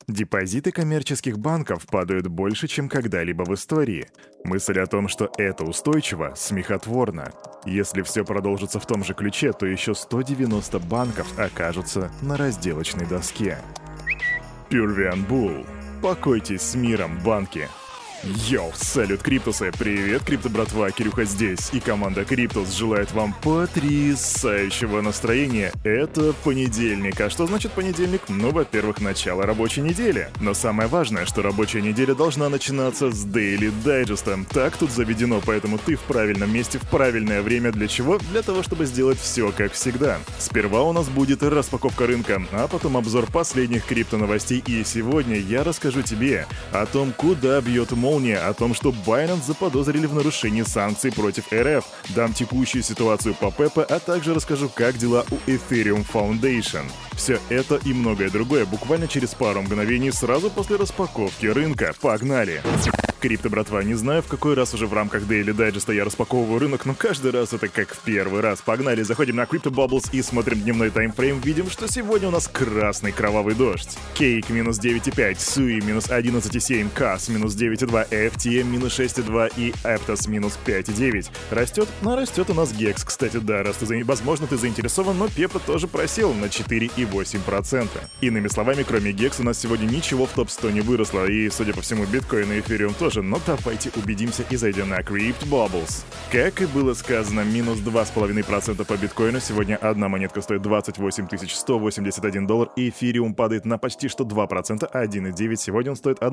Депозиты коммерческих банков падают больше, чем когда-либо в истории. Мысль о том, что это устойчиво, смехотворна. Если все продолжится в том же ключе, то еще 190 банков окажутся на разделочной доске. Purvian Bull. Покойтесь с миром, банки. Йоу, салют, Криптусы! Привет, Крипто-братва, Кирюха здесь, и команда Криптус желает вам потрясающего настроения. Это понедельник. А что значит понедельник? Ну, во-первых, начало рабочей недели. Но самое важное, что рабочая неделя должна начинаться с Daily Digest. Так тут заведено, поэтому ты в правильном месте в правильное время. Для чего? Для того, чтобы сделать все как всегда. Сперва у нас будет распаковка рынка, а потом обзор последних крипто-новостей. И сегодня я расскажу тебе о том, куда бьет молния, о том, что Binance заподозрили в нарушении санкций против РФ, дам текущую ситуацию по ПЭП, а также расскажу, как дела у Ethereum Foundation. Все это и многое другое буквально через пару мгновений сразу после распаковки рынка. Погнали! Крипто-братва, не знаю, в какой раз уже в рамках Daily Digest я распаковываю рынок, но каждый раз это как в первый раз. Погнали, заходим на Crypto Bubbles и смотрим дневной таймфрейм. Видим, что сегодня у нас красный кровавый дождь. Cake минус 9,5, Sui минус 11,7, CAS минус 9,2, FTM минус 6,2 и Aptos минус 5,9. Растет? Но растет у нас GEX, кстати, да, раз ты возможно, ты заинтересован, но Пепа тоже просел на 4,8%. Иными словами, кроме GEX у нас сегодня ничего в топ-100 не выросло, и, судя по всему, биткоин и эфириум тоже. Но давайте убедимся и зайдем на Crypto Bubbles. Как и было сказано, минус 2,5% по биткоину. Сегодня одна монетка стоит 28 181 доллар, и эфириум падает на почти что 2%, 1,9. Сегодня он стоит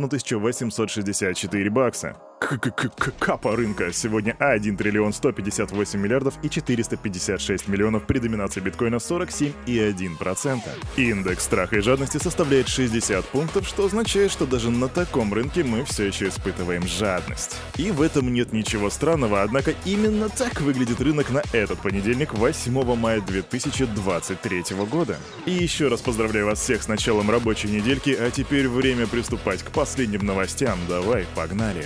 1864 бакса. Капа рынка. Сегодня 1 триллион 158 миллиардов и 456 миллионов при доминации биткоина 47,1%. Индекс страха и жадности составляет 60 пунктов, что означает, что даже на таком рынке мы все еще испытываем жадность. И в этом нет ничего странного, однако именно так выглядит рынок на этот понедельник, 8 мая 2023 года. И еще раз поздравляю вас всех с началом рабочей недельки, а теперь время приступать к последним новостям. Давай, погнали.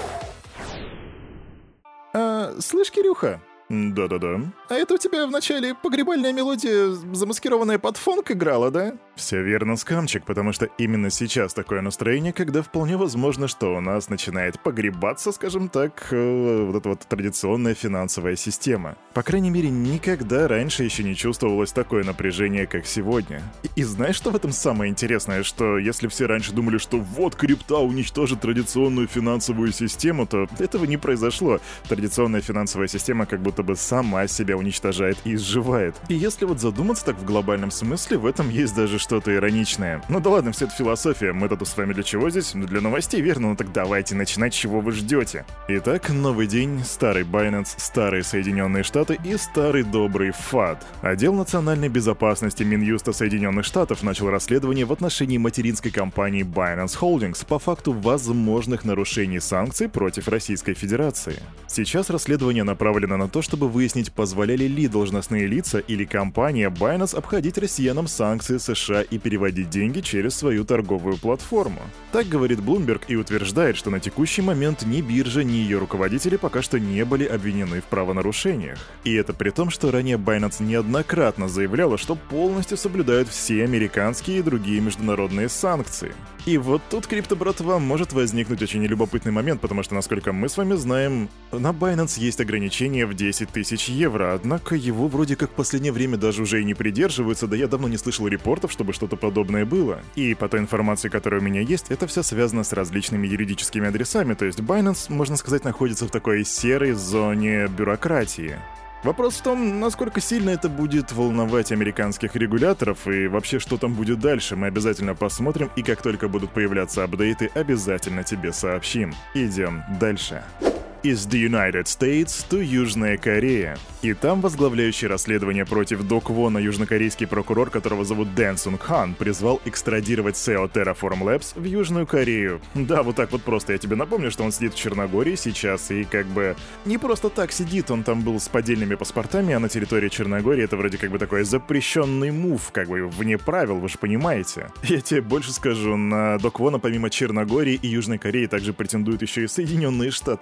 Слышь, Кирюха? Да-да-да. А это у тебя вначале погребальная мелодия, замаскированная под фонк, играла, да? Все верно, скамчик, потому что именно сейчас такое настроение, когда вполне возможно, что у нас начинает погребаться, скажем так, вот эта вот традиционная финансовая система. По крайней мере, никогда раньше еще не чувствовалось такое напряжение, как сегодня. И знаешь, что в этом самое интересное? Что если все раньше думали, что вот крипта уничтожит традиционную финансовую систему, то этого не произошло. Традиционная финансовая система как будто бы сама себя уничтожает и изживает. И если вот задуматься так в глобальном смысле, в этом есть даже что-то ироничное. Ну да ладно, все это философия, мы тут с вами для чего здесь? Для новостей, верно? Ну так давайте начинать, чего вы ждете. Итак, новый день, старый Binance, старые Соединенные Штаты и старый добрый FAD. Отдел национальной безопасности Минюста Соединенных Штатов начал расследование в отношении материнской компании Binance Holdings по факту возможных нарушений санкций против Российской Федерации. Сейчас расследование направлено на то, чтобы выяснить, позволяли ли должностные лица или компания Binance обходить россиянам санкции США и переводить деньги через свою торговую платформу. Так говорит Bloomberg и утверждает, что на текущий момент ни биржа, ни ее руководители пока что не были обвинены в правонарушениях. И это при том, что ранее Binance неоднократно заявляла, что полностью соблюдают все американские и другие международные санкции. И вот тут, крипто-братва, может возникнуть очень любопытный момент, потому что, насколько мы с вами знаем, на Binance есть ограничение в 10 тысяч евро, однако его вроде как в последнее время даже уже и не придерживаются, да я давно не слышал репортов, чтобы что-то подобное было. И по той информации, которая у меня есть, это все связано с различными юридическими адресами, то есть Binance, можно сказать, находится в такой серой зоне бюрократии. Вопрос в том, насколько сильно это будет волновать американских регуляторов и вообще что там будет дальше, мы обязательно посмотрим, и как только будут появляться апдейты, обязательно тебе сообщим. Идем дальше. Из the United States to Южная Корея. И там возглавляющий расследование против Do Kwon южнокорейский прокурор, которого зовут Дэн Сунг Хан, призвал экстрадировать SEO Terraform Labs в Южную Корею. Да, вот так вот просто я тебе напомню, что он сидит в Черногории сейчас и как бы не просто так сидит, он там был с поддельными паспортами, а на территории Черногории это вроде как бы такой запрещенный мув, как бы вне правил, вы же понимаете. Я тебе больше скажу, на Do Kwon помимо Черногории и Южной Кореи также претендуют еще и Соединенные Штаты Америки.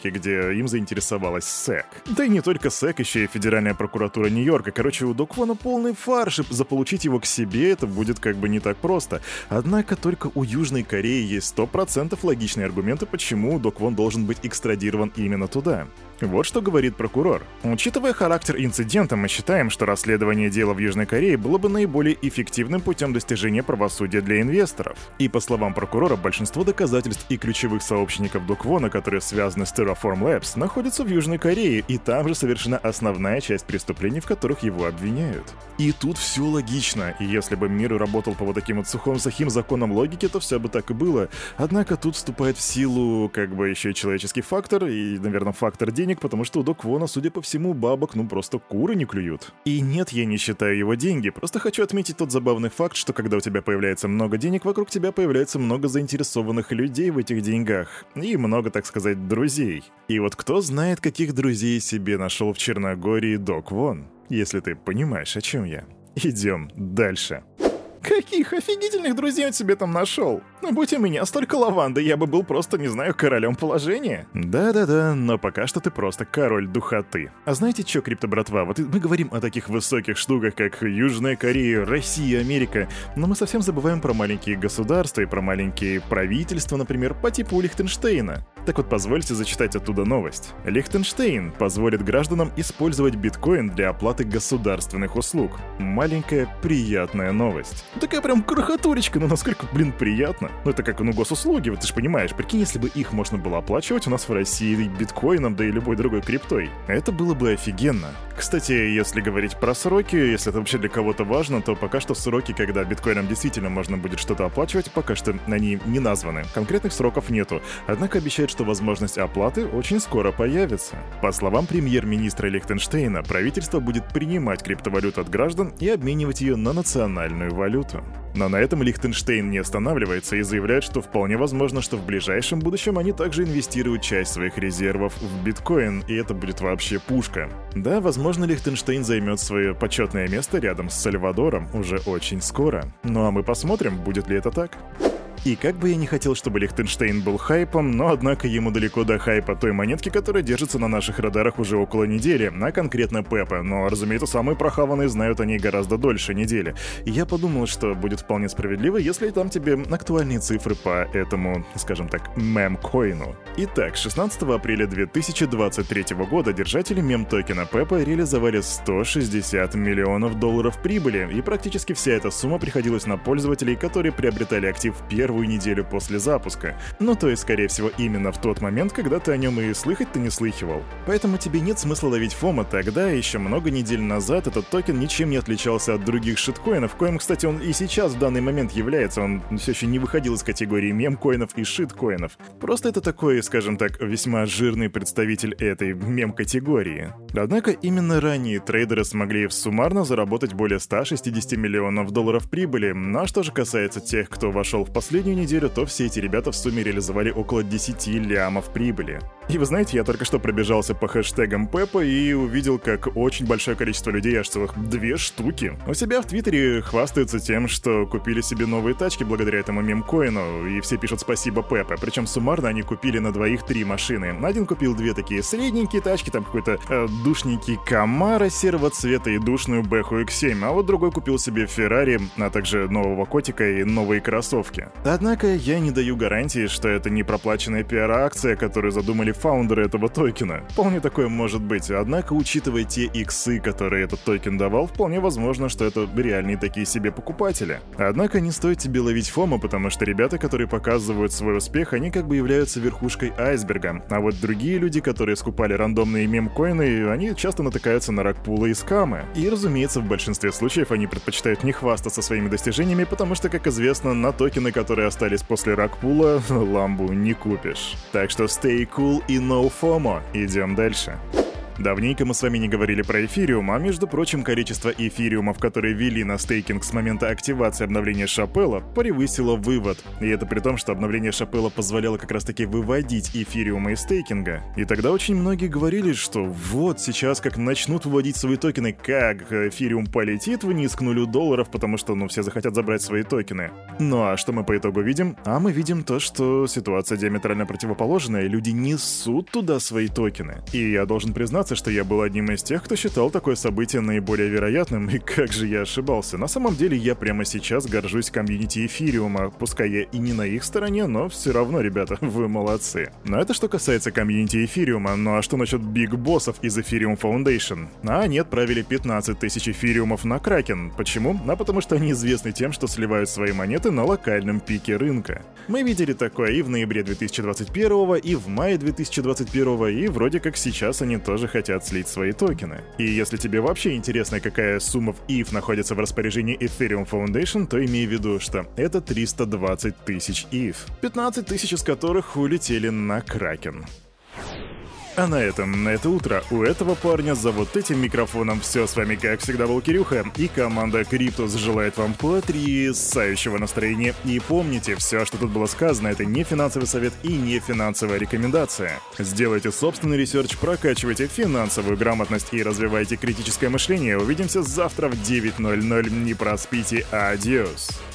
Америки, где им заинтересовалась SEC. Да и не только SEC, еще и Федеральная прокуратура Нью-Йорка. Короче, у До Квона полный фарш, и заполучить его к себе это будет как бы не так просто. Однако только у Южной Кореи есть 100% логичные аргументы, почему До Квон должен быть экстрадирован именно туда. Вот что говорит прокурор. Учитывая характер инцидента, мы считаем, что расследование дела в Южной Корее было бы наиболее эффективным путем достижения правосудия для инвесторов. И по словам прокурора, большинство доказательств и ключевых сообщников До Квона, которые связаны с Terraform Labs, находятся в Южной Корее, и там же совершена основная часть преступлений, в которых его обвиняют. И тут все логично, и если бы мир работал по вот таким вот сухим законам логики, то все бы так и было. Однако тут вступает в силу как бы еще и человеческий фактор, и, наверное, фактор денег, потому что у До Квона, судя по всему, бабок просто куры не клюют. И нет, я не считаю его деньги, просто хочу отметить тот забавный факт, что когда у тебя появляется много денег, вокруг тебя появляется много заинтересованных людей в этих деньгах. И много, так сказать, друзей. И вот кто знает, каких друзей себе нашел в Черногории До Квон, если ты понимаешь, о чем я. Идем дальше. Каких офигительных друзей он себе там нашел? Ну, будь у меня столько лаванды, я бы был просто, не знаю, королем положения. Да-да-да, но пока что ты просто король духоты. А знаете что, крипто-братва, вот мы говорим о таких высоких штуках, как Южная Корея, Россия, Америка, но мы совсем забываем про маленькие государства и про маленькие правительства, например, по типу Лихтенштейна. Так вот, позвольте зачитать оттуда новость. Лихтенштейн позволит гражданам использовать биткоин для оплаты государственных услуг. Маленькая приятная новость. Такая прям крохотуречка, но насколько, приятно. Ну это как, госуслуги, вот ты же понимаешь, прикинь, если бы их можно было оплачивать у нас в России биткоином, да и любой другой криптой. Это было бы офигенно. Кстати, если говорить про сроки, если это вообще для кого-то важно, то пока что сроки, когда биткоином действительно можно будет что-то оплачивать, пока что они не названы. Конкретных сроков нету, однако обещают, что возможность оплаты очень скоро появится. По словам премьер-министра Лихтенштейна, правительство будет принимать криптовалюту от граждан и обменивать ее на национальную валюту. Но на этом Лихтенштейн не останавливается и заявляет, что вполне возможно, что в ближайшем будущем они также инвестируют часть своих резервов в биткоин, и это будет вообще пушка. Да, возможно, Лихтенштейн займет свое почетное место рядом с Сальвадором уже очень скоро. Ну а мы посмотрим, будет ли это так. И как бы я не хотел, чтобы Лихтенштейн был хайпом, но однако ему далеко до хайпа той монетки, которая держится на наших радарах уже около недели, а конкретно Пепа. Но, разумеется, самые прохаванные знают о ней гораздо дольше недели. И я подумал, что будет вполне справедливо, если там тебе актуальные цифры по этому, скажем так, мемкоину. Итак, 16 апреля 2023 года держатели мем-токена Пепа реализовали $160 миллионов прибыли, и практически вся эта сумма приходилась на пользователей, которые приобретали актив в первую неделю после запуска. Ну, то есть, скорее всего, именно в тот момент, когда ты о нем и слыхать-то не слыхивал. Поэтому тебе нет смысла ловить фома. Тогда, еще много недель назад, этот токен ничем не отличался от других шиткоинов, коим, кстати, он и сейчас в данный момент является. Он все еще не выходил из категории мемкоинов и шиткоинов. Просто это такой, скажем так, весьма жирный представитель этой мем-категории. Однако именно ранние трейдеры смогли суммарно заработать более $160 миллионов прибыли. Ну а что же касается тех, кто вошел в последнюю неделю, то все эти ребята в сумме реализовали около 10 лямов прибыли. И вы знаете, я только что пробежался по хэштегам Пепа и увидел, как очень большое количество людей, аж целых 2 штуки, у себя в Твиттере хвастаются тем, что купили себе новые тачки благодаря этому мемкоину, и все пишут спасибо Пепа. Причем суммарно они купили на двоих 3 машины. Один купил 2 такие средненькие тачки, там какой-то душненький Камаро серого цвета и душную Бэху X7, а вот другой купил себе Феррари, а также нового котика и новые кроссовки. Однако я не даю гарантии, что это не проплаченная пиар-акция, которую задумали фаундеры этого токена. Вполне такое может быть, однако, учитывая те иксы, которые этот токен давал, вполне возможно, что это реальные такие себе покупатели. Однако не стоит тебе ловить фома, потому что ребята, которые показывают свой успех, они как бы являются верхушкой айсберга, а вот другие люди, которые скупали рандомные мемкоины, они часто натыкаются на ракпулы и скамы. И, разумеется, в большинстве случаев они предпочитают не хвастаться своими достижениями, потому что, как известно, на токены, которые остались после ракпула, ламбу не купишь. Так что stay cool и no FOMO. Идем дальше. Давненько мы с вами не говорили про эфириум, а между прочим, количество эфириумов, которые ввели на стейкинг с момента активации обновления Шапелла, превысило вывод. И это при том, что обновление Шапелла позволяло как раз таки выводить эфириумы из стейкинга. И тогда очень многие говорили, что вот сейчас как начнут выводить свои токены, как эфириум полетит вниз к $0, потому что, все захотят забрать свои токены. Ну а что мы по итогу видим? А мы видим то, что ситуация диаметрально противоположная, люди несут туда свои токены. И я должен признаться, что я был одним из тех, кто считал такое событие наиболее вероятным, и как же я ошибался. На самом деле я прямо сейчас горжусь комьюнити эфириума, пускай я и не на их стороне, но все равно, ребята, вы молодцы. Но это что касается комьюнити эфириума. Ну а что насчет биг боссов из Ethereum Foundation? А нет, правили 15 тысяч эфириумов на Кракен. Почему? Потому что они известны тем, что сливают свои монеты на локальном пике рынка. Мы видели такое и в ноябре 2021, и в мае 2021, и вроде как сейчас они тоже хотят слить свои токены. И если тебе вообще интересно, какая сумма в ETH находится в распоряжении Ethereum Foundation, то имей в виду, что это 320 тысяч ETH, 15 тысяч из которых улетели на Кракен. А на это утро у этого парня за вот этим микрофоном все. С вами, как всегда, был Кирюха, и команда Криптус желает вам потрясающего настроения. И помните, все, что тут было сказано, это не финансовый совет и не финансовая рекомендация. Сделайте собственный ресерч, прокачивайте финансовую грамотность и развивайте критическое мышление. Увидимся завтра в 9:00. Не проспите. Адиос.